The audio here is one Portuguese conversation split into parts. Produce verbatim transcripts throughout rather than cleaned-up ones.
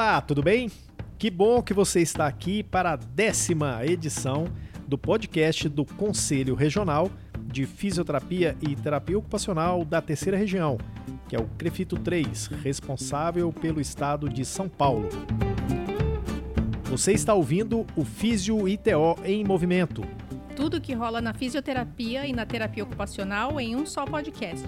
Olá, tudo bem? Que bom que você está aqui para a décima edição do podcast do Conselho Regional de Fisioterapia e Terapia Ocupacional da Terceira Região, que é o CREFITO três, responsável pelo estado de São Paulo. Você está ouvindo o Físio I T O em Movimento. Tudo que rola na fisioterapia e na terapia ocupacional em um só podcast.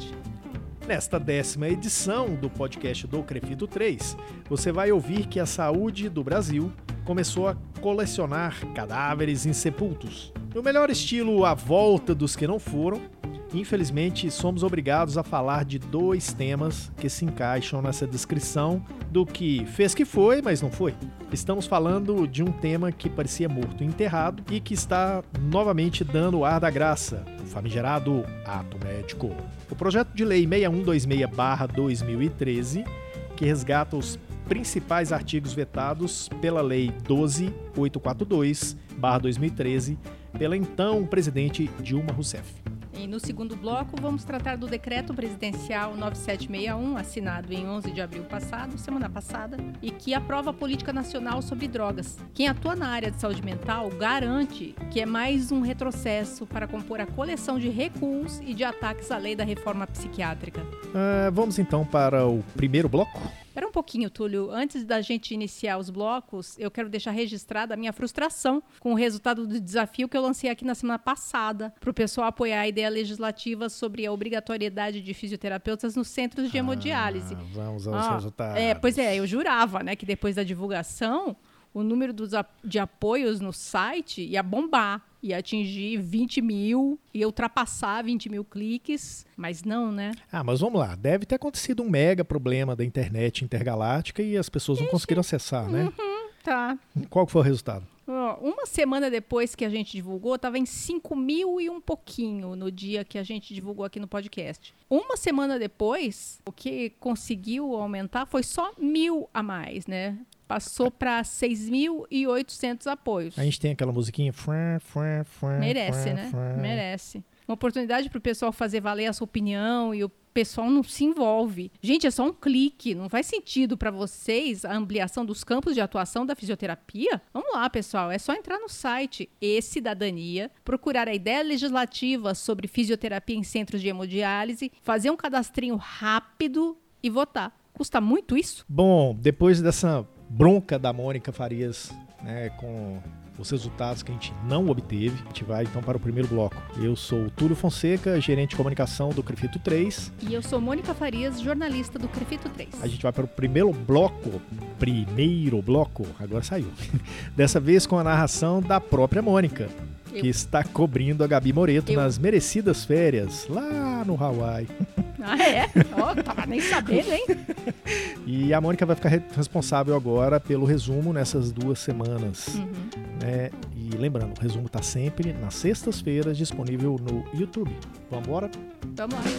Nesta décima edição do podcast do CREFITO três, você vai ouvir que a saúde do Brasil começou a colecionar cadáveres insepultos. No melhor estilo A Volta dos que Não Foram, infelizmente somos obrigados a falar de dois temas que se encaixam nessa descrição do que fez que foi, mas não foi. Estamos falando de um tema que parecia morto e enterrado e que está novamente dando o ar da graça, o famigerado ato médico. O projeto de lei seis um dois seis barra dois mil e treze, que resgata os principais artigos vetados pela Lei doze mil oitocentos e quarenta e dois barra dois mil e treze, pela então presidente Dilma Rousseff. E no segundo bloco, vamos tratar do Decreto Presidencial nove sete seis um, assinado em onze de abril passado, semana passada, e que aprova a Política Nacional sobre Drogas. Quem atua na área de saúde mental garante que é mais um retrocesso para compor a coleção de recuos e de ataques à lei da reforma psiquiátrica. Uh, vamos então para o primeiro bloco? Espera um pouquinho, Túlio. Antes da gente iniciar os blocos, eu quero deixar registrada a minha frustração com o resultado do desafio que eu lancei aqui na semana passada para o pessoal apoiar a ideia legislativa sobre a obrigatoriedade de fisioterapeutas nos centros de hemodiálise. Ah, vamos aos ah, resultados. É, pois é, eu jurava, né, que depois da divulgação, o número dos, de apoios no site ia bombar. Ia atingir vinte mil, ia ultrapassar vinte mil cliques, mas não, né? Ah, mas vamos lá. Deve ter acontecido um mega problema da internet intergaláctica e as pessoas não Ixi. conseguiram acessar, né? Uhum, tá. Qual foi o resultado? Uma semana depois que a gente divulgou, estava em cinco mil e um pouquinho no dia que a gente divulgou aqui no podcast. Uma semana depois, o que conseguiu aumentar foi só mil a mais, né? Passou para seis mil e oitocentos apoios. A gente tem aquela musiquinha. Merece, né? Merece. Uma oportunidade para o pessoal fazer valer a sua opinião e o pessoal não se envolve. Gente, é só um clique. Não faz sentido para vocês a ampliação dos campos de atuação da fisioterapia? Vamos lá, pessoal. É só entrar no site e-Cidadania, procurar a ideia legislativa sobre fisioterapia em centros de hemodiálise, fazer um cadastrinho rápido e votar. Custa muito isso? Bom, depois dessa bronca da Mônica Farias, né, com os resultados que a gente não obteve, a gente vai então para o primeiro bloco. Eu sou o Túlio Fonseca, gerente de comunicação do CREFITO três. E eu sou Mônica Farias, jornalista do CREFITO três. A gente vai para o primeiro bloco, primeiro bloco, agora saiu. Dessa vez com a narração da própria Mônica, eu. que está cobrindo a Gabi Moreto eu. nas merecidas férias lá no Hawaii. Ah, é? Oh, tava nem sabendo, hein? E a Mônica vai ficar responsável agora pelo resumo nessas duas semanas. Uhum. Né? E lembrando, o resumo está sempre nas sextas-feiras disponível no YouTube. Vamos embora? Vamos lá.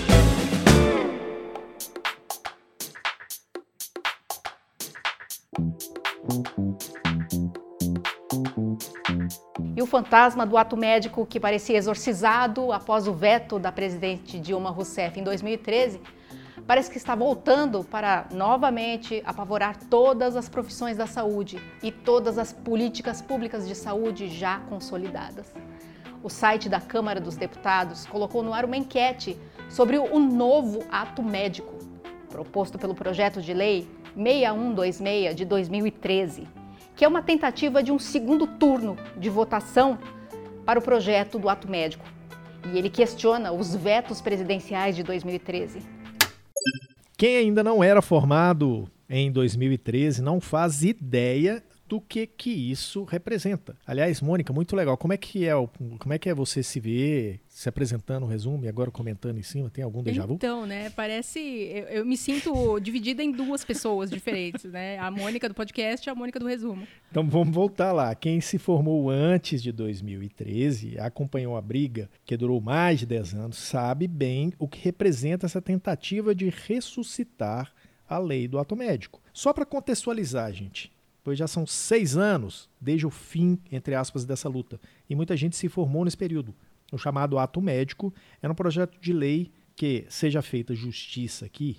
E o fantasma do ato médico que parecia exorcizado após o veto da presidente Dilma Rousseff em dois mil e treze, parece que está voltando para novamente apavorar todas as profissões da saúde e todas as políticas públicas de saúde já consolidadas. O site da Câmara dos Deputados colocou no ar uma enquete sobre o novo ato médico, proposto pelo projeto de lei seis um dois seis de dois mil e treze. Que é uma tentativa de um segundo turno de votação para o projeto do ato médico. E ele questiona os vetos presidenciais de dois mil e treze. Quem ainda não era formado em dois mil e treze não faz ideia do que que isso representa. Aliás, Mônica, muito legal. Como é que é, o, como é, que é você se ver se apresentando o resumo e agora comentando em cima? Tem algum déjà vu? Então, né, parece... Eu, eu me sinto dividida em duas pessoas diferentes, né? A Mônica do podcast e a Mônica do resumo. Então, vamos voltar lá. Quem se formou antes de dois mil e treze, acompanhou a briga, que durou mais de dez anos, sabe bem o que representa essa tentativa de ressuscitar a lei do ato médico. Só para contextualizar, gente, pois já são seis anos desde o fim, entre aspas, dessa luta. E muita gente se formou nesse período. O chamado ato médico era um projeto de lei que, seja feita justiça aqui,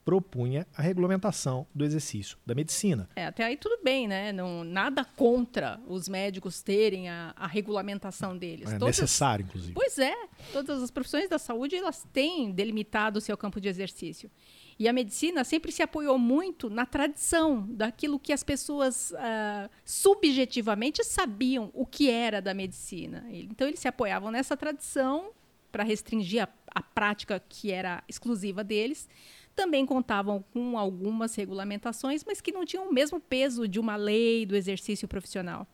propunha a regulamentação do exercício da medicina. É, até aí tudo bem, né? Não, nada contra os médicos terem a, a regulamentação deles. É todas, necessário, inclusive. Pois é, todas as profissões da saúde, elas têm delimitado o seu campo de exercício. E a medicina sempre se apoiou muito na tradição, daquilo que as pessoas uh, subjetivamente sabiam o que era da medicina. Então, eles se apoiavam nessa tradição para restringir a, a prática que era exclusiva deles. Também contavam com algumas regulamentações, mas que não tinham o mesmo peso de uma lei do exercício profissional.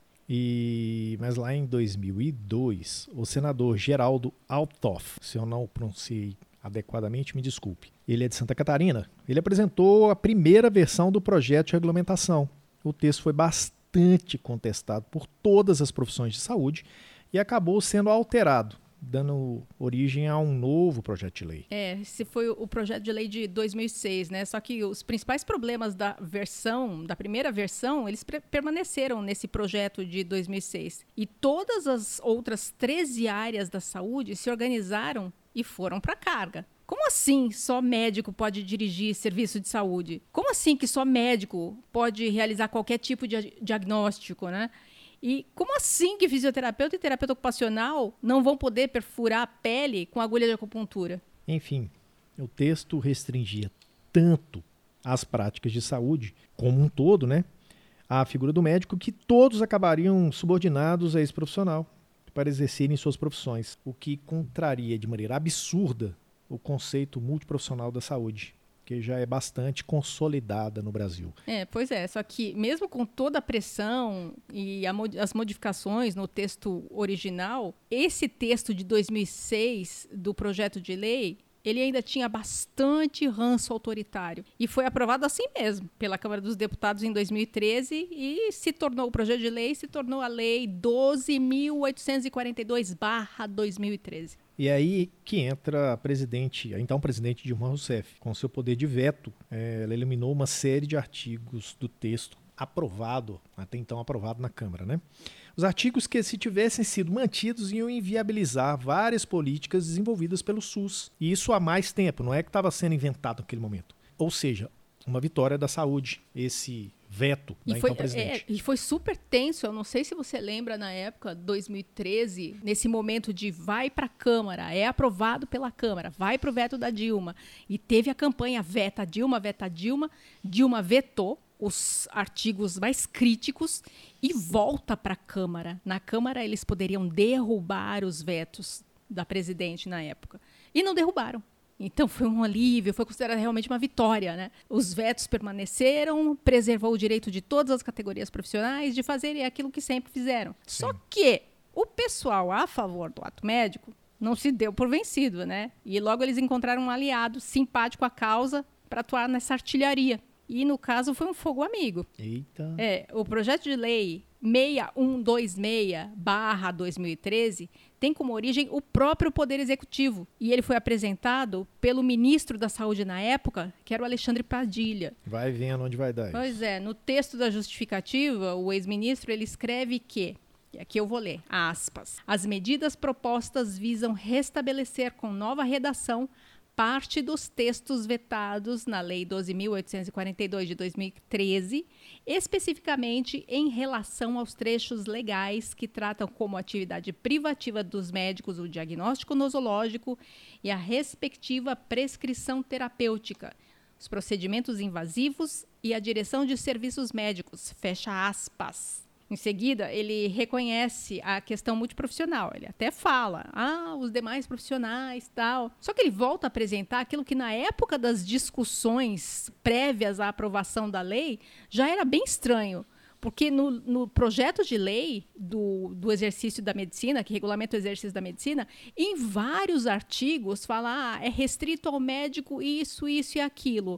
E, mas lá em dois mil e dois, o senador Geraldo Althoff, se eu não pronunciei adequadamente, me desculpe, ele é de Santa Catarina, ele apresentou a primeira versão do projeto de regulamentação. O texto foi bastante contestado por todas as profissões de saúde e acabou sendo alterado, dando origem a um novo projeto de lei. É, esse foi o projeto de lei de dois mil e seis, né? Só que os principais problemas da versão, da primeira versão, eles permaneceram nesse projeto de dois mil e seis. E todas as outras treze áreas da saúde se organizaram e foram para a carga. Como assim só médico pode dirigir serviço de saúde? Como assim que só médico pode realizar qualquer tipo de diagnóstico, né? E como assim que fisioterapeuta e terapeuta ocupacional não vão poder perfurar a pele com agulha de acupuntura? Enfim, o texto restringia tanto as práticas de saúde, como um todo, né, a figura do médico, que todos acabariam subordinados a esse profissional para exercerem suas profissões, o que contraria de maneira absurda o conceito multiprofissional da saúde, que já é bastante consolidada no Brasil. É, pois é, só que mesmo com toda a pressão e a, as modificações no texto original, esse texto de dois mil e seis do projeto de lei, ele ainda tinha bastante ranço autoritário e foi aprovado assim mesmo pela Câmara dos Deputados em dois mil e treze e se tornou, o projeto de lei se tornou a Lei doze mil oitocentos e quarenta e dois barra dois mil e treze. E aí que entra a presidente, a então presidente Dilma Rousseff, com seu poder de veto, é, ela eliminou uma série de artigos do texto aprovado, até então aprovado na Câmara, né? Os artigos que, se tivessem sido mantidos, iam inviabilizar várias políticas desenvolvidas pelo SUS. E isso há mais tempo, não é que estava sendo inventado naquele momento. Ou seja, uma vitória da saúde, esse veto da e foi, então presidente. É, e foi super tenso, eu não sei se você lembra na época, dois mil e treze, nesse momento de vai para a Câmara, é aprovado pela Câmara, vai para o veto da Dilma. E teve a campanha Veta Dilma, Veta Dilma, Dilma vetou os artigos mais críticos e volta para a Câmara. Na Câmara, eles poderiam derrubar os vetos da presidente na época. E não derrubaram. Então, foi um alívio, foi considerada realmente uma vitória, né? Os vetos permaneceram, preservou o direito de todas as categorias profissionais de fazerem aquilo que sempre fizeram. Sim. Só que o pessoal a favor do ato médico não se deu por vencido, né? E logo eles encontraram um aliado simpático à causa para atuar nessa artilharia. E, no caso, foi um fogo amigo. Eita! É, o projeto de lei seis um dois seis barra dois mil e treze tem como origem o próprio Poder Executivo. E ele foi apresentado pelo ministro da Saúde na época, que era o Alexandre Padilha. Vai vendo onde vai dar isso. Pois é, no texto da justificativa, o ex-ministro ele escreve que, e aqui eu vou ler, aspas, as medidas propostas visam restabelecer com nova redação parte dos textos vetados na Lei doze mil oitocentos e quarenta e dois de dois mil e treze, especificamente em relação aos trechos legais que tratam como atividade privativa dos médicos o diagnóstico nosológico e a respectiva prescrição terapêutica, os procedimentos invasivos e a direção de serviços médicos, fecha aspas. Em seguida, ele reconhece a questão multiprofissional. Ele até fala, ah, os demais profissionais, tal. Só que ele volta a apresentar aquilo que na época das discussões prévias à aprovação da lei já era bem estranho. Porque no, no projeto de lei do, do exercício da medicina, que regulamenta o exercício da medicina, em vários artigos fala, ah, é restrito ao médico isso, isso e aquilo.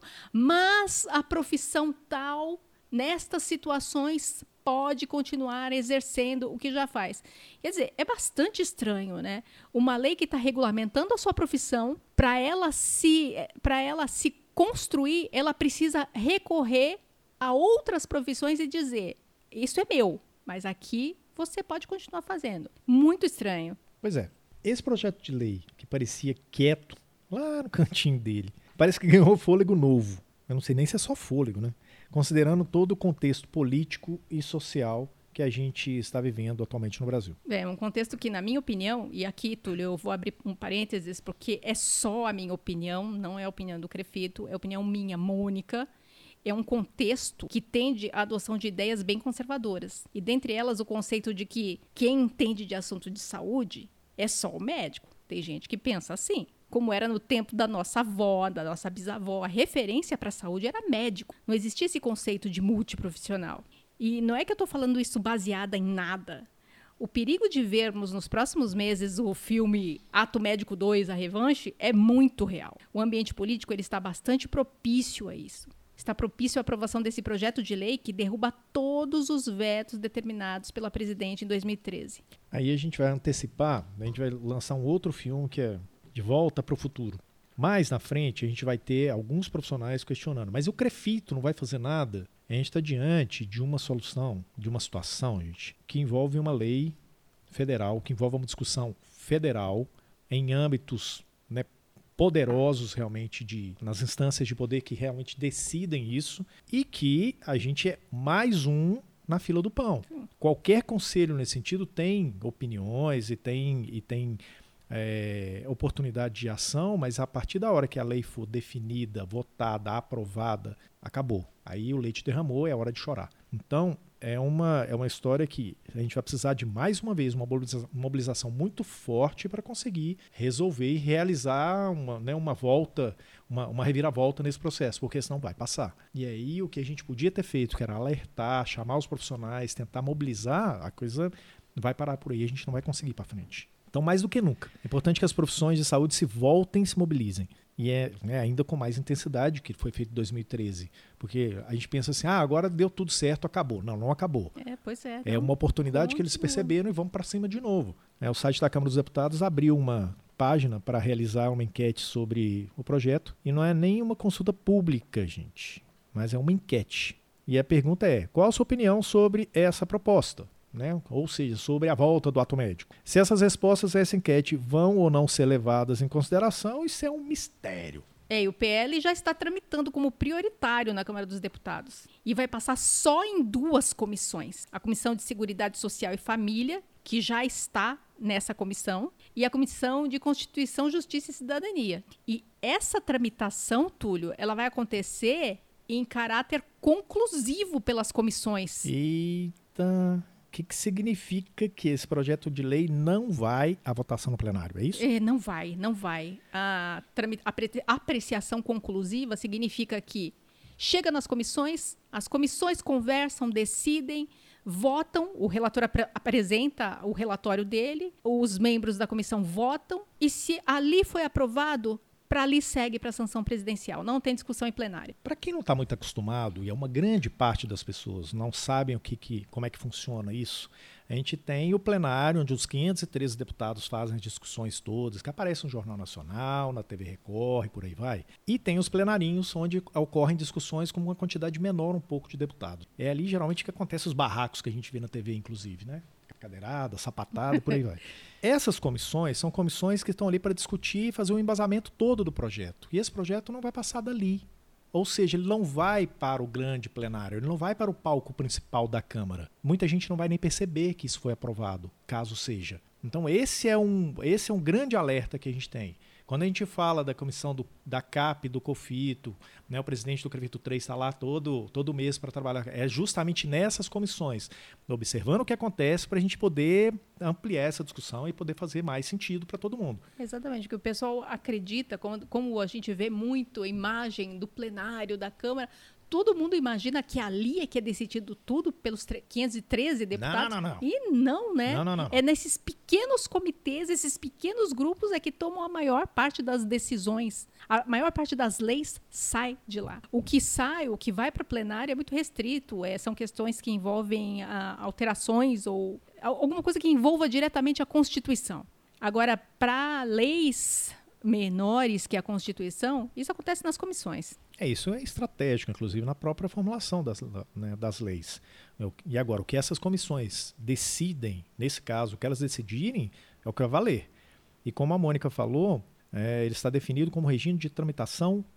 Mas a profissão tal, nestas situações, pode continuar exercendo o que já faz. Quer dizer, é bastante estranho, né? Uma lei que está regulamentando a sua profissão, para ela se, para ela se construir, ela precisa recorrer a outras profissões e dizer, isso é meu, mas aqui você pode continuar fazendo. Muito estranho. Pois é, esse projeto de lei, que parecia quieto, lá no cantinho dele, parece que ganhou fôlego novo eu não sei nem se é só fôlego, né? Considerando todo o contexto político e social que a gente está vivendo atualmente no Brasil. É um contexto que, na minha opinião, e aqui, Túlio, eu vou abrir um parênteses, porque é só a minha opinião, não é a opinião do Crefito, é a opinião minha, Mônica. É um contexto que tende à adoção de ideias bem conservadoras. E dentre elas, o conceito de que quem entende de assunto de saúde é só o médico. Tem gente que pensa assim. Como era no tempo da nossa avó, da nossa bisavó, a referência para a saúde era médico. Não existia esse conceito de multiprofissional. E não é que eu estou falando isso baseada em nada. O perigo de vermos nos próximos meses o filme Ato Médico dois, A Revanche, é muito real. O ambiente político ele está bastante propício a isso. Está propício à aprovação desse projeto de lei que derruba todos os vetos determinados pela presidente em dois mil e treze. Aí a gente vai antecipar, a gente vai lançar um outro filme que é De Volta para o Futuro. Mais na frente a gente vai ter alguns profissionais questionando, mas o Crefito não vai fazer nada? A gente está diante de uma solução, de uma situação, gente, que envolve uma lei federal, que envolve uma discussão federal em âmbitos, né, poderosos realmente de, nas instâncias de poder que realmente decidem isso e que a gente é mais um na fila do pão. Qualquer conselho nesse sentido tem opiniões e tem, e tem é, oportunidade de ação, mas a partir da hora que a lei for definida, votada, aprovada, acabou. Aí o leite derramou, é hora de chorar. Então, é uma, é uma história que a gente vai precisar de, mais uma vez, uma mobilização, mobilização muito forte para conseguir resolver e realizar uma, né, uma volta, uma, uma reviravolta nesse processo, porque senão vai passar. E aí o que a gente podia ter feito, que era alertar, chamar os profissionais, tentar mobilizar, a coisa vai parar por aí, a gente não vai conseguir ir para frente. Então, mais do que nunca, é importante que as profissões de saúde se voltem e se mobilizem. E é, né, ainda com mais intensidade que foi feito em dois mil e treze. Porque a gente pensa assim, ah, agora deu tudo certo, acabou. Não, não acabou. É, pois é. É uma oportunidade continua. Que eles perceberam e vão para cima de novo. É, o site da Câmara dos Deputados abriu uma página para realizar uma enquete sobre o projeto. E não é nem uma consulta pública, gente, mas é uma enquete. E a pergunta é, qual a sua opinião sobre essa proposta? Né? Ou seja, sobre a volta do ato médico. Se essas respostas a essa enquete vão ou não ser levadas em consideração, isso é um mistério. É, e o P L já está tramitando como prioritário na Câmara dos Deputados. E vai passar só em duas comissões. A Comissão de Seguridade Social e Família, que já está nessa comissão, e a Comissão de Constituição, Justiça e Cidadania. E essa tramitação, Túlio, ela vai acontecer em caráter conclusivo pelas comissões. Eita... O que, que significa que esse projeto de lei não vai à votação no plenário, é isso? É, não vai, não vai. A, a apreciação conclusiva significa que chega nas comissões, as comissões conversam, decidem, votam, o relator ap- apresenta o relatório dele, os membros da comissão votam, e se ali foi aprovado, para ali segue para a sanção presidencial. Não tem discussão em plenário. Para quem não está muito acostumado, e é uma grande parte das pessoas não sabem o que, que, como é que funciona isso, a gente tem o plenário, onde os quinhentos e treze deputados fazem as discussões todas, que aparecem no Jornal Nacional, na T V Record, por aí vai. E tem os plenarinhos, onde ocorrem discussões com uma quantidade menor um pouco de deputados. É ali, geralmente, que acontecem os barracos que a gente vê na T V, inclusive, né? Cadeirada, sapatada, por aí vai. Essas comissões são comissões que estão ali para discutir e fazer um embasamento todo do projeto. E esse projeto não vai passar dali. Ou seja, ele não vai para o grande plenário, ele não vai para o palco principal da Câmara. Muita gente não vai nem perceber que isso foi aprovado, caso seja. Então esse é um, esse é um grande alerta que a gente tem. Quando a gente fala da comissão do, da C A P, do COFITO, né, o presidente do Crefito três está lá todo, todo mês para trabalhar. É justamente nessas comissões, observando o que acontece para a gente poder ampliar essa discussão e poder fazer mais sentido para todo mundo. Exatamente, que o pessoal acredita, como, como a gente vê muito a imagem do plenário, da Câmara, todo mundo imagina que ali é que é decidido tudo pelos quinhentos e treze deputados. Não, não, não. E não, né? Não, não, não. É nesses pequenos comitês, esses pequenos grupos é que tomam a maior parte das decisões. A maior parte das leis sai de lá. O que sai, o que vai para o plenário é muito restrito. É, são questões que envolvem ah, alterações ou alguma coisa que envolva diretamente a Constituição. Agora, para leis menores que a Constituição, isso acontece nas comissões. É, isso é estratégico, inclusive, na própria formulação das, né, das leis. E agora, o que essas comissões decidem, nesse caso, o que elas decidirem, é o que vai valer. E como a Mônica falou, é, ele está definido como regime de tramitação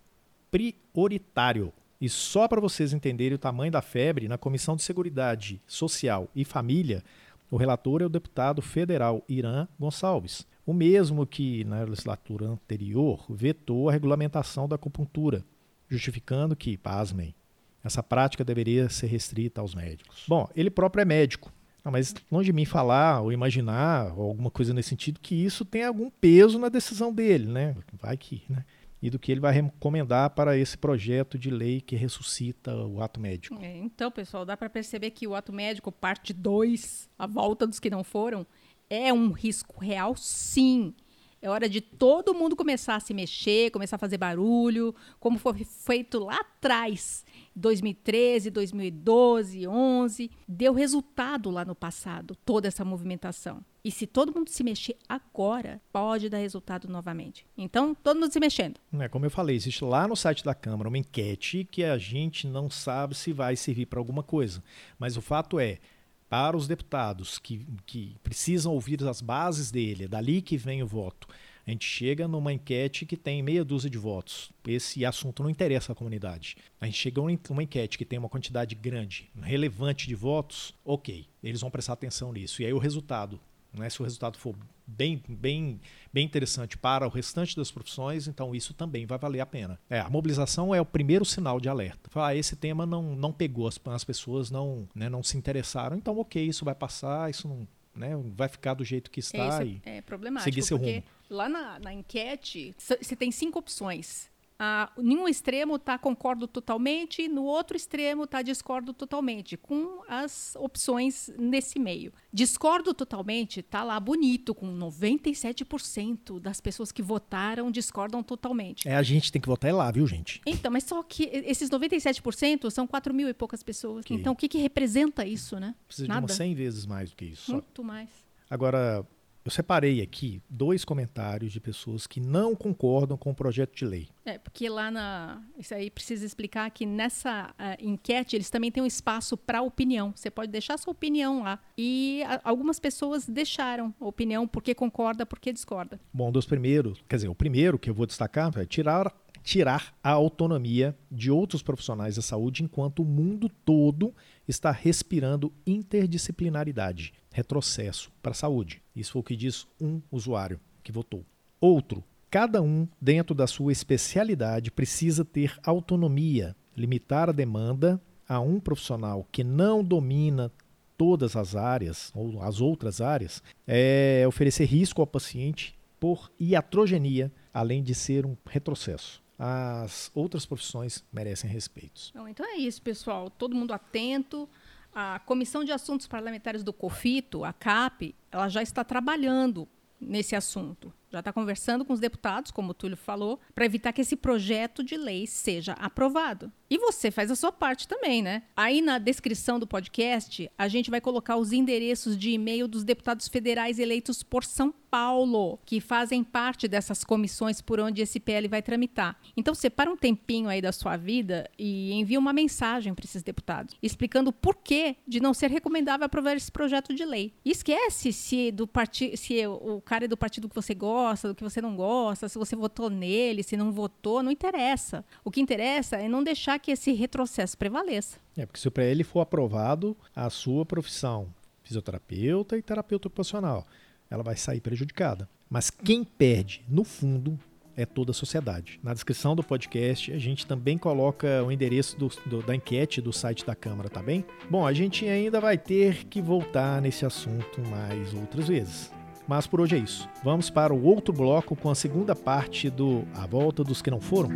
prioritário. E só para vocês entenderem o tamanho da febre, na Comissão de Seguridade Social e Família, o relator é o deputado federal Irã Gonçalves, o mesmo que na legislatura anterior vetou a regulamentação da acupuntura, justificando que, pasmem, essa prática deveria ser restrita aos médicos. Bom, ele próprio é médico, mas longe de mim falar ou imaginar ou alguma coisa nesse sentido que isso tem algum peso na decisão dele, né? Vai que, né? E do que ele vai recomendar para esse projeto de lei que ressuscita o ato médico. É, então, pessoal, dá para perceber que o ato médico, parte dois, a volta dos que não foram, é um risco real, sim. É hora de todo mundo começar a se mexer, começar a fazer barulho, como foi feito lá atrás, dois mil e treze, dois mil e doze, onze. Deu resultado lá no passado, toda essa movimentação. E se todo mundo se mexer agora, pode dar resultado novamente. Então, todo mundo se mexendo. É, como eu falei, existe lá no site da Câmara uma enquete que a gente não sabe se vai servir para alguma coisa. Mas o fato é, para os deputados que, que precisam ouvir as bases dele, é dali que vem o voto. A gente chega numa enquete que tem meia dúzia de votos. Esse assunto não interessa à comunidade. A gente chega numa enquete que tem uma quantidade grande, relevante de votos, ok, eles vão prestar atenção nisso. E aí o resultado, né, se o resultado for bem, bem, bem interessante para o restante das profissões, então isso também vai valer a pena. É, a mobilização é o primeiro sinal de alerta. Ah, esse tema não, não pegou, as, as pessoas não, né, não se interessaram, então ok, isso vai passar, isso não, né, vai ficar do jeito que está. É, e é problemático, seguir seu porque rumo. Lá na, na enquete, você tem cinco opções. Ah, em um extremo está concordo totalmente, no outro extremo está discordo totalmente, com as opções nesse meio. Discordo totalmente está lá bonito, com noventa e sete por cento das pessoas que votaram discordam totalmente. É, a gente tem que votar é lá, viu, gente? Então, mas só que esses noventa e sete por cento são quatro mil e poucas pessoas. Okay. Então, o que, que representa isso, né? Precisa Nada. de umas cem vezes mais do que isso. Muito mais. Agora, eu separei aqui dois comentários de pessoas que não concordam com o projeto de lei. É, porque lá na... Isso aí precisa explicar que nessa uh, enquete eles também têm um espaço para opinião. Você pode deixar sua opinião lá. E a, algumas pessoas deixaram a opinião porque concorda, porque discorda. Bom, dos primeiros... Quer dizer, o primeiro que eu vou destacar é tirar, tirar a autonomia de outros profissionais da saúde enquanto o mundo todo está respirando interdisciplinaridade, retrocesso para a saúde. Isso foi o que diz um usuário que votou. Outro, cada um, dentro da sua especialidade, precisa ter autonomia, limitar a demanda a um profissional que não domina todas as áreas, ou as outras áreas, é oferecer risco ao paciente por iatrogenia, além de ser um retrocesso. As outras profissões merecem respeitos. Bom, então é isso, pessoal. Todo mundo atento. A Comissão de Assuntos Parlamentares do COFITO, a C A P, ela já está trabalhando nesse assunto. Já está conversando com os deputados, como o Túlio falou, para evitar que esse projeto de lei seja aprovado. E você faz a sua parte também, né? Aí na descrição do podcast, a gente vai colocar os endereços de e-mail dos deputados federais eleitos por São Paulo, que fazem parte dessas comissões por onde esse P L vai tramitar. Então, separa um tempinho aí da sua vida e envia uma mensagem para esses deputados, explicando o porquê de não ser recomendável aprovar esse projeto de lei. E esquece se, do parti- se o cara é do partido que você gosta, do que você não gosta, se você votou nele, se não votou, não interessa. O que interessa é não deixar que esse retrocesso prevaleça. É, porque se o P L for aprovado, a sua profissão, fisioterapeuta e terapeuta ocupacional, ela vai sair prejudicada. Mas quem perde, no fundo, é toda a sociedade. Na descrição do podcast, a gente também coloca o endereço do, do, da enquete do site da Câmara, tá bem? Bom, a gente ainda vai ter que voltar nesse assunto mais outras vezes. Mas por hoje é isso. Vamos para o outro bloco com a segunda parte do A Volta dos que não foram.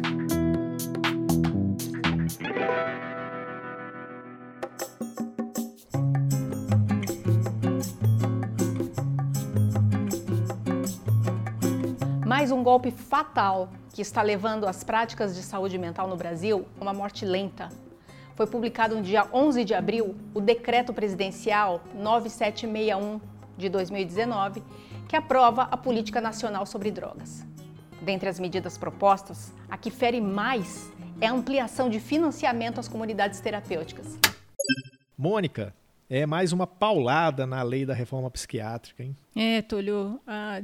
Mais um golpe fatal que está levando as práticas de saúde mental no Brasil a uma morte lenta. Foi publicado no dia onze de abril o Decreto Presidencial nove sete seis um de dois mil e dezenove, que aprova a Política Nacional sobre Drogas. Dentre as medidas propostas, a que fere mais é a ampliação de financiamento às comunidades terapêuticas. Mônica, É mais uma paulada na lei da reforma psiquiátrica, hein? É, Túlio, a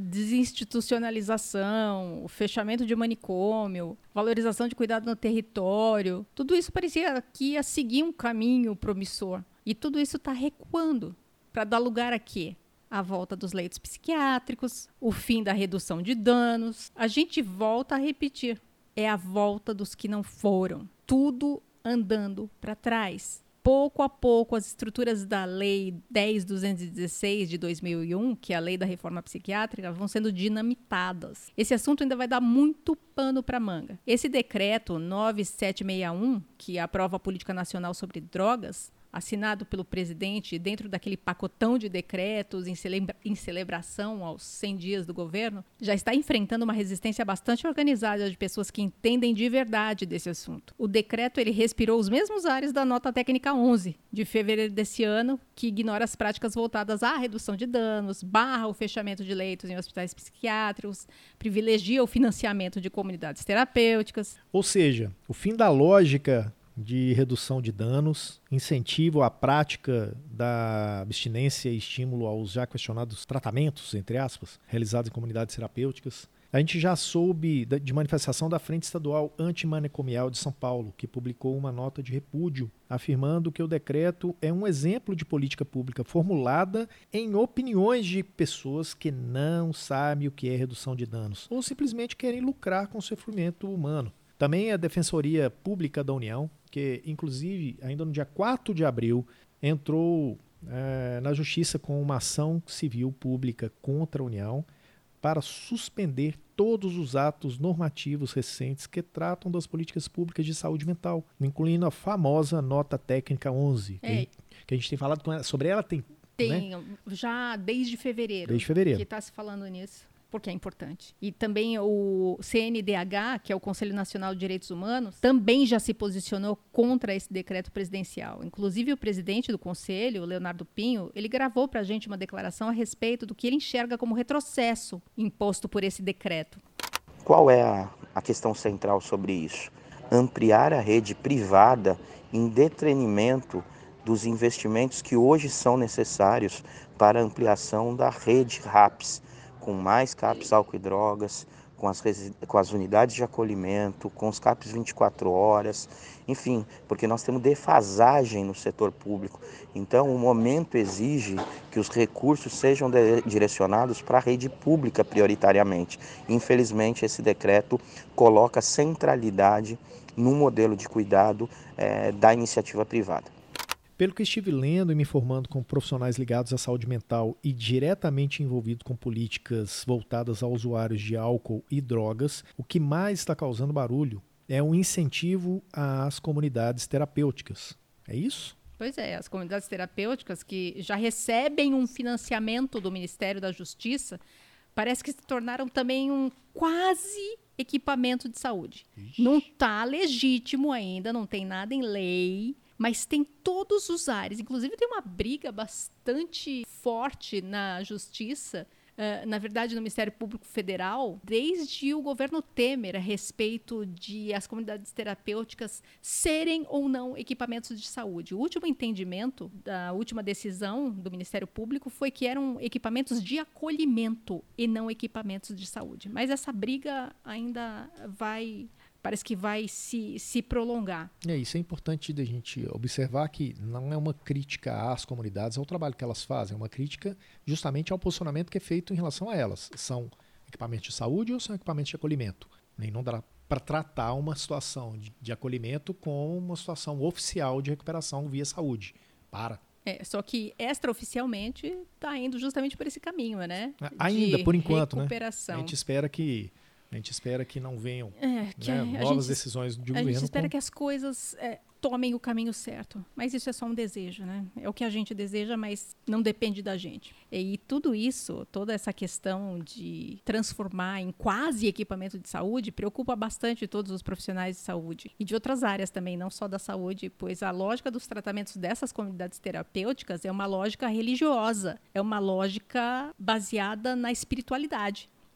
desinstitucionalização, o fechamento de manicômio, valorização de cuidado no território, tudo isso parecia que ia seguir um caminho promissor. E tudo isso está recuando para dar lugar a quê? A volta dos leitos psiquiátricos, o fim da redução de danos. A gente volta a repetir. É a volta dos que não foram. Tudo andando para trás. Pouco a pouco, as estruturas da Lei dez mil duzentos e dezesseis de dois mil e um, que é a lei da reforma psiquiátrica, vão sendo dinamitadas. Esse assunto ainda vai dar muito pano para manga. Esse decreto nove mil setecentos e sessenta e um, que aprova a Política Nacional sobre Drogas, assinado pelo presidente dentro daquele pacotão de decretos em, celebra- em celebração aos cem dias do governo, já está enfrentando uma resistência bastante organizada de pessoas que entendem de verdade desse assunto. O decreto ele respirou os mesmos ares da nota técnica onze, de fevereiro desse ano, que ignora as práticas voltadas à redução de danos, barra o fechamento de leitos em hospitais psiquiátricos, privilegia o financiamento de comunidades terapêuticas. Ou seja, o fim da lógica de redução de danos, incentivo à prática da abstinência e estímulo aos já questionados tratamentos, entre aspas, realizados em comunidades terapêuticas. A gente já soube de manifestação da Frente Estadual Antimanicomial de São Paulo, que publicou uma nota de repúdio, afirmando que o decreto é um exemplo de política pública formulada em opiniões de pessoas que não sabem o que é redução de danos, ou simplesmente querem lucrar com o sofrimento humano. Também a Defensoria Pública da União, que inclusive ainda no dia quatro de abril entrou é, na Justiça com uma ação civil pública contra a União para suspender todos os atos normativos recentes que tratam das políticas públicas de saúde mental, incluindo a famosa nota técnica onze, É. que, que a gente tem falado com ela, sobre ela tem, Tem, né? já desde fevereiro, Desde fevereiro. que está se falando nisso, porque é importante. E também o C N D H, que é o Conselho Nacional de Direitos Humanos, também já se posicionou contra esse decreto presidencial. Inclusive, o presidente do Conselho, Leonardo Pinho, ele gravou para a gente uma declaração a respeito do que ele enxerga como retrocesso imposto por esse decreto. Qual é a, a questão central sobre isso? Ampliar a rede privada em detrimento dos investimentos que hoje são necessários para a ampliação da rede RAPS, com mais CAPs álcool e drogas, com as, com as unidades de acolhimento, com os CAPs vinte e quatro horas, enfim, porque nós temos defasagem no setor público. Então, o momento exige que os recursos sejam de, direcionados para a rede pública prioritariamente. Infelizmente, esse decreto coloca centralidade no modelo de cuidado eh, da iniciativa privada. Pelo que estive lendo e me informando com profissionais ligados à saúde mental e diretamente envolvidos com políticas voltadas a usuários de álcool e drogas, o que mais está causando barulho é um incentivo às comunidades terapêuticas. É isso? Pois é, as comunidades terapêuticas que já recebem um financiamento do Ministério da Justiça, parece que se tornaram também um quase equipamento de saúde. Ixi. Não está legítimo ainda, não tem nada em lei, mas tem todos os ares. Inclusive, tem uma briga bastante forte na Justiça, uh, na verdade, no Ministério Público Federal, desde o governo Temer, a respeito de as comunidades terapêuticas serem ou não equipamentos de saúde. O último entendimento, da última decisão do Ministério Público foi que eram equipamentos de acolhimento e não equipamentos de saúde. Mas essa briga ainda vai... parece que vai se, se prolongar. É, isso é importante da gente observar que não é uma crítica às comunidades, ao trabalho que elas fazem, é uma crítica justamente ao posicionamento que é feito em relação a elas. São equipamentos de saúde ou são equipamentos de acolhimento? Nem não dá para tratar uma situação de, de acolhimento com uma situação oficial de recuperação via saúde. Para. É, só que extraoficialmente está indo justamente por esse caminho, né? Ainda, de por enquanto, recuperação. né? A gente espera que A gente espera que não venham é, que né, a novas gente, decisões de a governo. A gente espera com... que as coisas é, tomem o caminho certo. Mas isso é só um desejo, né? É o que a gente deseja, mas não depende da gente. E tudo isso, toda essa questão de transformar em quase equipamento de saúde, preocupa bastante todos os profissionais de saúde. E de outras áreas também, não só da saúde, pois a lógica dos tratamentos dessas comunidades terapêuticas é uma lógica religiosa. É uma lógica baseada na espiritualidade.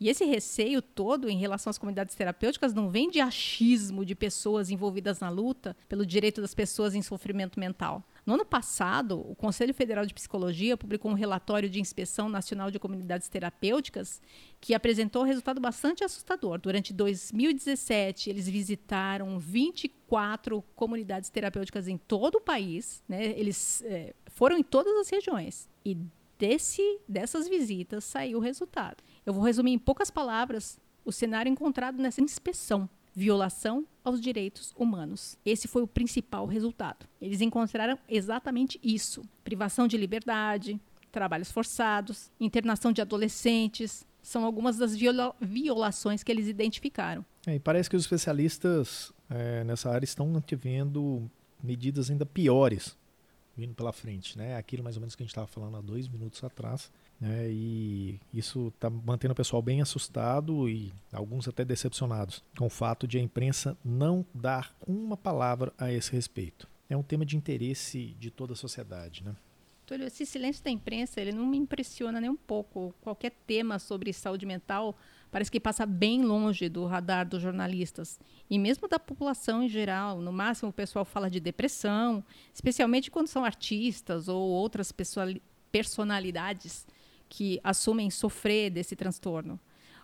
E esse receio todo em relação às comunidades terapêuticas não vem de achismo de pessoas envolvidas na luta pelo direito das pessoas em sofrimento mental. No ano passado, o Conselho Federal de Psicologia publicou um relatório de inspeção nacional de comunidades terapêuticas que apresentou um resultado bastante assustador. Durante dois mil e dezessete, eles visitaram vinte e quatro comunidades terapêuticas em todo o país, né? Eles é, foram em todas as regiões e desse, dessas visitas saiu o resultado. Eu vou resumir em poucas palavras o cenário encontrado nessa inspeção. Violação aos direitos humanos. Esse foi o principal resultado. Eles encontraram exatamente isso. Privação de liberdade, trabalhos forçados, internação de adolescentes. São algumas das viola- violações que eles identificaram. É, e parece que os especialistas é, nessa área estão antevendo medidas ainda piores vindo pela frente, né? Aquilo mais ou menos que a gente estava falando há dois minutos atrás, né? E isso está mantendo o pessoal bem assustado e alguns até decepcionados com o fato de a imprensa não dar uma palavra a esse respeito. É um tema de interesse de toda a sociedade, né? Túlio, esse silêncio da imprensa, ele não me impressiona nem um pouco. Qualquer tema sobre saúde mental parece que passa bem longe do radar dos jornalistas e mesmo da população em geral. No máximo, o pessoal fala de depressão, especialmente quando são artistas ou outras personalidades que assumem sofrer desse transtorno.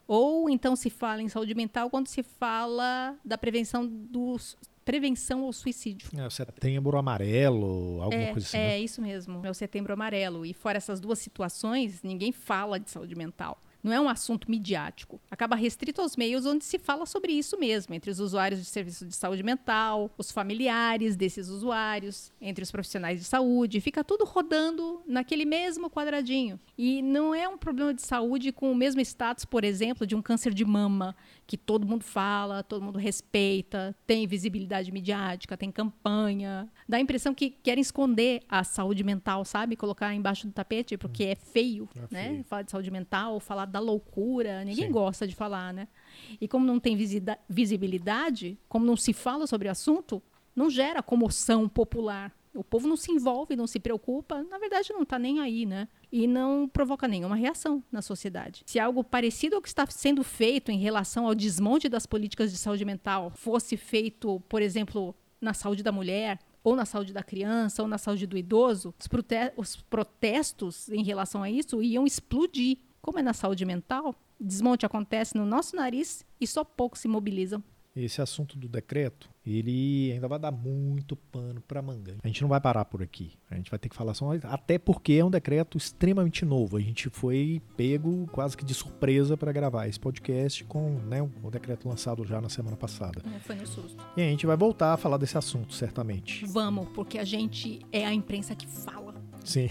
Ou então se fala em saúde mental quando se fala da prevenção dos prevenção ao suicídio. É o Setembro Amarelo, alguma é, coisa assim. É, né? isso mesmo, é o Setembro Amarelo. E fora essas duas situações, ninguém fala de saúde mental. Não é um assunto midiático. Acaba restrito aos meios onde se fala sobre isso mesmo, entre os usuários de serviços de saúde mental, os familiares desses usuários, entre os profissionais de saúde. Fica tudo rodando naquele mesmo quadradinho. E não é um problema de saúde com o mesmo status, por exemplo, de um câncer de mama, que todo mundo fala, todo mundo respeita, tem visibilidade midiática, tem campanha. Dá a impressão que querem esconder a saúde mental, sabe? Colocar embaixo do tapete, porque é feio, é né? Feio. Falar de saúde mental, falar da loucura, ninguém Sim. gosta de falar, né? E como não tem visida- visibilidade, como não se fala sobre o assunto, não gera comoção popular. O povo não se envolve, não se preocupa, na verdade não está nem aí, né? E não provoca nenhuma reação na sociedade. Se algo parecido ao que está sendo feito em relação ao desmonte das políticas de saúde mental fosse feito, por exemplo, na saúde da mulher, ou na saúde da criança, ou na saúde do idoso, os, prote- os protestos em relação a isso iam explodir. Como é na saúde mental, desmonte acontece no nosso nariz e só poucos se mobilizam. Esse assunto do decreto, ele ainda vai dar muito pano para manga. A gente não vai parar por aqui. A gente vai ter que falar só, até porque é um decreto extremamente novo. A gente foi pego quase que de surpresa para gravar esse podcast com, né, o decreto lançado já na semana passada. É, foi no susto. E a gente vai voltar a falar desse assunto, certamente. Vamos, porque a gente é a imprensa que fala. Sim.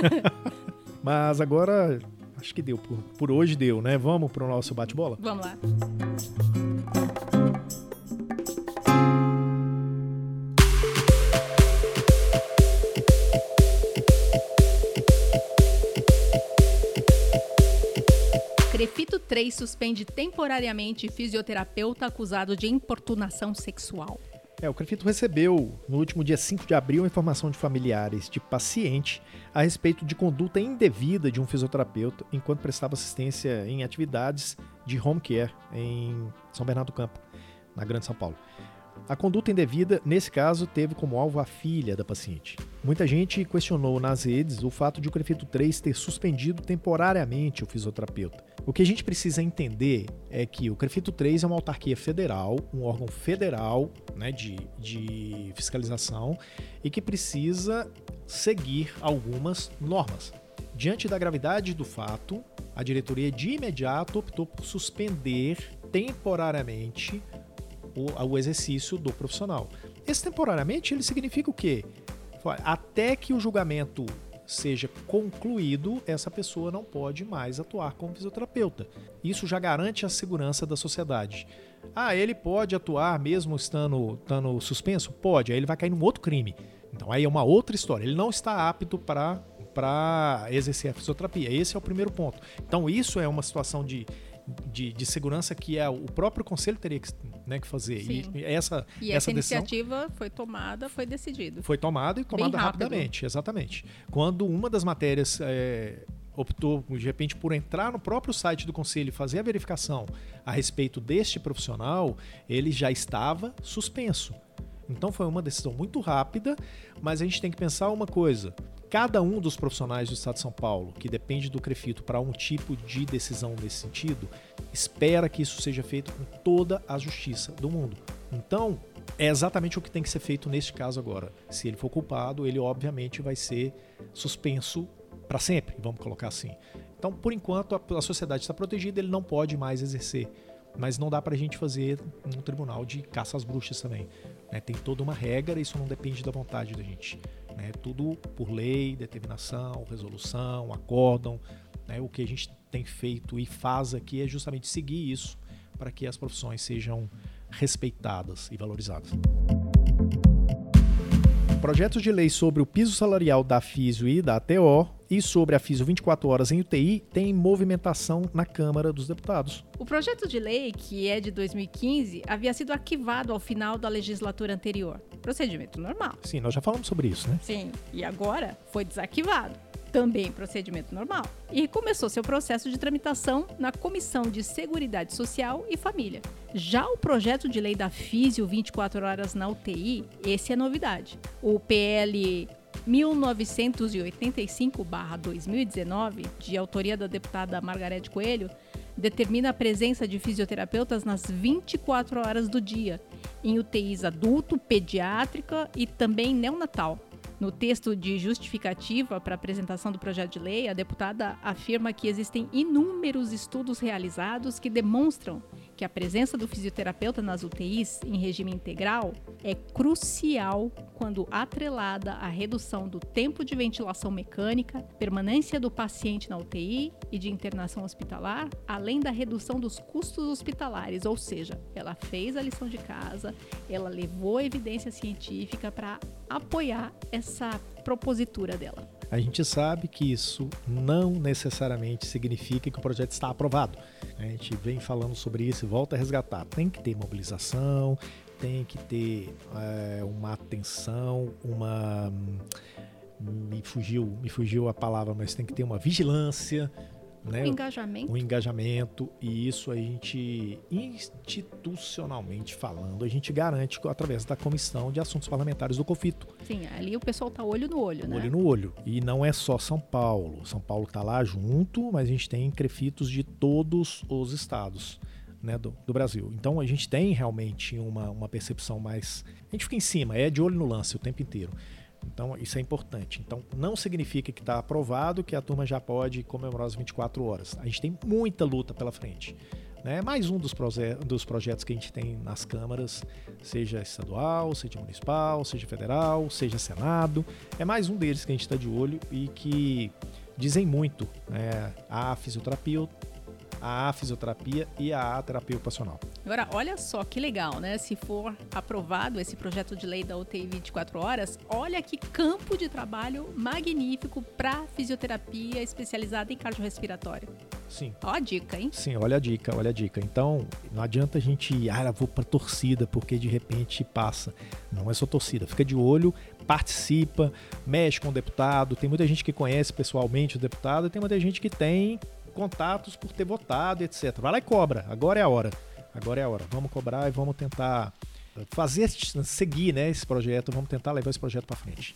Mas agora... Acho que deu, por, por hoje deu, né? Vamos para o nosso bate-bola? Vamos lá. Crefito três suspende temporariamente fisioterapeuta acusado de importunação sexual. É, o Crefito recebeu, no último dia cinco de abril, informação de familiares de paciente a respeito de conduta indevida de um fisioterapeuta enquanto prestava assistência em atividades de home care em São Bernardo do Campo, na Grande São Paulo. A conduta indevida, nesse caso, teve como alvo a filha da paciente. Muita gente questionou nas redes o fato de o Crefito três ter suspendido temporariamente o fisioterapeuta. O que a gente precisa entender é que o Crefito três é uma autarquia federal, um órgão federal, né, de, de fiscalização e que precisa seguir algumas normas. Diante da gravidade do fato, a diretoria de imediato optou por suspender temporariamente O, o exercício do profissional. Esse temporariamente, ele significa o quê? Até que o julgamento seja concluído, essa pessoa não pode mais atuar como fisioterapeuta. Isso já garante a segurança da sociedade. Ah, ele pode atuar mesmo estando, estando suspenso? Pode, aí ele vai cair num outro crime. Então aí é uma outra história. Ele não está apto para para exercer a fisioterapia. Esse é o primeiro ponto. Então isso é uma situação de De, de segurança que é, o próprio conselho teria que, né, que fazer. Sim. E essa, e essa, essa iniciativa decisão foi tomada, foi decidido. Foi tomada e tomada rapidamente, exatamente. Quando uma das matérias é, optou, de repente, por entrar no próprio site do Conselho e fazer a verificação a respeito deste profissional, ele já estava suspenso. Então foi uma decisão muito rápida, mas a gente tem que pensar uma coisa. Cada um dos profissionais do Estado de São Paulo, que depende do CREFITO para um tipo de decisão nesse sentido, espera que isso seja feito com toda a justiça do mundo. Então, é exatamente o que tem que ser feito neste caso agora. Se ele for culpado, ele obviamente vai ser suspenso para sempre, vamos colocar assim. Então, por enquanto, a, a sociedade está protegida, ele não pode mais exercer. Mas não dá para a gente fazer um tribunal de caça às bruxas também. Né? Tem toda uma regra, isso não depende da vontade da gente. Né? Tudo por lei, determinação, resolução, acórdão. Né? O que a gente tem feito e faz aqui é justamente seguir isso para que as profissões sejam respeitadas e valorizadas. Projetos de lei sobre o piso salarial da Físio e da A T O e sobre a Físio vinte e quatro horas em U T I têm movimentação na Câmara dos Deputados. O projeto de lei, que é de dois mil e quinze, havia sido arquivado ao final da legislatura anterior. Procedimento normal. Sim, nós já falamos sobre isso, né? Sim, e agora foi desarquivado. Também procedimento normal. E começou seu processo de tramitação na Comissão de Seguridade Social e Família. Já o projeto de lei da Físio vinte e quatro horas na U T I, esse é novidade. O P L mil novecentos e oitenta e cinco barra dois mil e dezenove, de autoria da deputada Margarete Coelho, determina a presença de fisioterapeutas nas vinte e quatro horas do dia, em U T Is adulto, pediátrica e também neonatal. No texto de justificativa para a apresentação do projeto de lei, a deputada afirma que existem inúmeros estudos realizados que demonstram que a presença do fisioterapeuta nas U T Is em regime integral é crucial quando atrelada à redução do tempo de ventilação mecânica, permanência do paciente na U T I e de internação hospitalar, além da redução dos custos hospitalares, ou seja, ela fez a lição de casa, ela levou a evidência científica para apoiar essa propositura dela. A gente sabe que isso não necessariamente significa que o projeto está aprovado. A gente vem falando sobre isso e volta a resgatar. Tem que ter mobilização, tem que ter é, uma atenção, uma... Me fugiu, me fugiu a palavra, mas tem que ter uma vigilância. Né? Um engajamento. Um engajamento, e isso a gente, institucionalmente falando, a gente garante através da Comissão de Assuntos Parlamentares do COFITO. Sim, ali o pessoal tá olho no olho, né? Olho no olho. E não é só São Paulo. São Paulo tá lá junto, mas a gente tem CREFITOs de todos os estados, né, do, do Brasil. Então a gente tem realmente uma, uma percepção mais... A gente fica em cima, é de olho no lance o tempo inteiro. Então, isso é importante. Então, não significa que está aprovado que a turma já pode comemorar as vinte e quatro horas. A gente tem muita luta pela frente. Né? Mais um dos, proje- dos projetos que a gente tem nas câmaras, seja estadual, seja municipal, seja federal, seja Senado. É mais um deles que a gente está de olho e que dizem muito, né? a fisioterapia, a fisioterapia e a terapia ocupacional. Agora, olha só que legal, né? Se for aprovado esse projeto de lei da U T I vinte e quatro horas, olha que campo de trabalho magnífico para fisioterapia especializada em cardiorrespiratório. Sim. Ó a dica, hein? Sim, olha a dica, olha a dica. Então, não adianta a gente, ah, eu vou pra torcida, porque de repente passa. Não é só torcida, fica de olho, participa, mexe com o deputado. Tem muita gente que conhece pessoalmente o deputado, e tem muita gente que tem contatos por ter votado, etcétera. Vai lá e cobra, agora é a hora. Agora é a hora. Vamos cobrar e vamos tentar fazer, seguir, né, esse projeto, vamos tentar levar esse projeto para frente.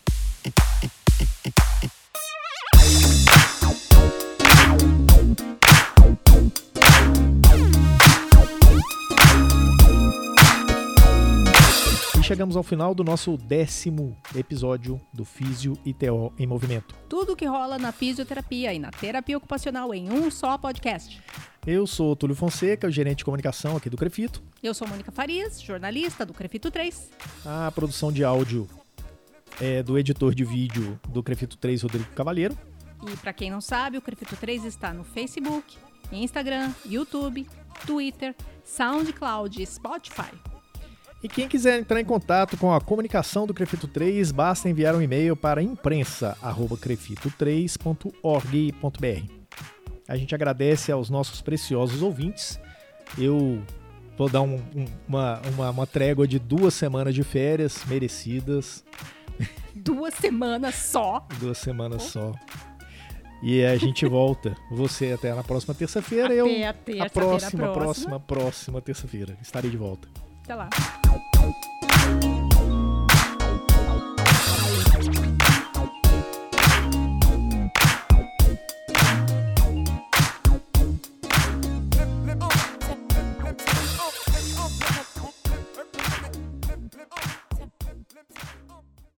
E chegamos ao final do nosso décimo episódio do Físio I T O em Movimento. Tudo que rola na fisioterapia e na terapia ocupacional em um só podcast. Eu sou o Túlio Fonseca, o gerente de comunicação aqui do CREFITO. Eu sou Mônica Farias, jornalista do CREFITO três. A produção de áudio é do editor de vídeo do CREFITO três, Rodrigo Cavalheiro. E para quem não sabe, o CREFITO três está no Facebook, Instagram, YouTube, Twitter, SoundCloud e Spotify. E quem quiser entrar em contato com a comunicação do CREFITO três, basta enviar um e-mail para imprensa arroba crefito três ponto org ponto b r. A gente agradece aos nossos preciosos ouvintes. Eu vou dar um, um, uma, uma, uma trégua de duas semanas de férias merecidas. Duas semanas só? Duas semanas oh. só. E a gente volta. Você até na próxima terça-feira. Até Eu a terça-feira a próxima, próxima. próxima, próxima terça-feira. Estarei de volta. Até lá. Flip, flip, flip, flip, flip, flip, flip, flip, flip, flip, flip, flip, flip.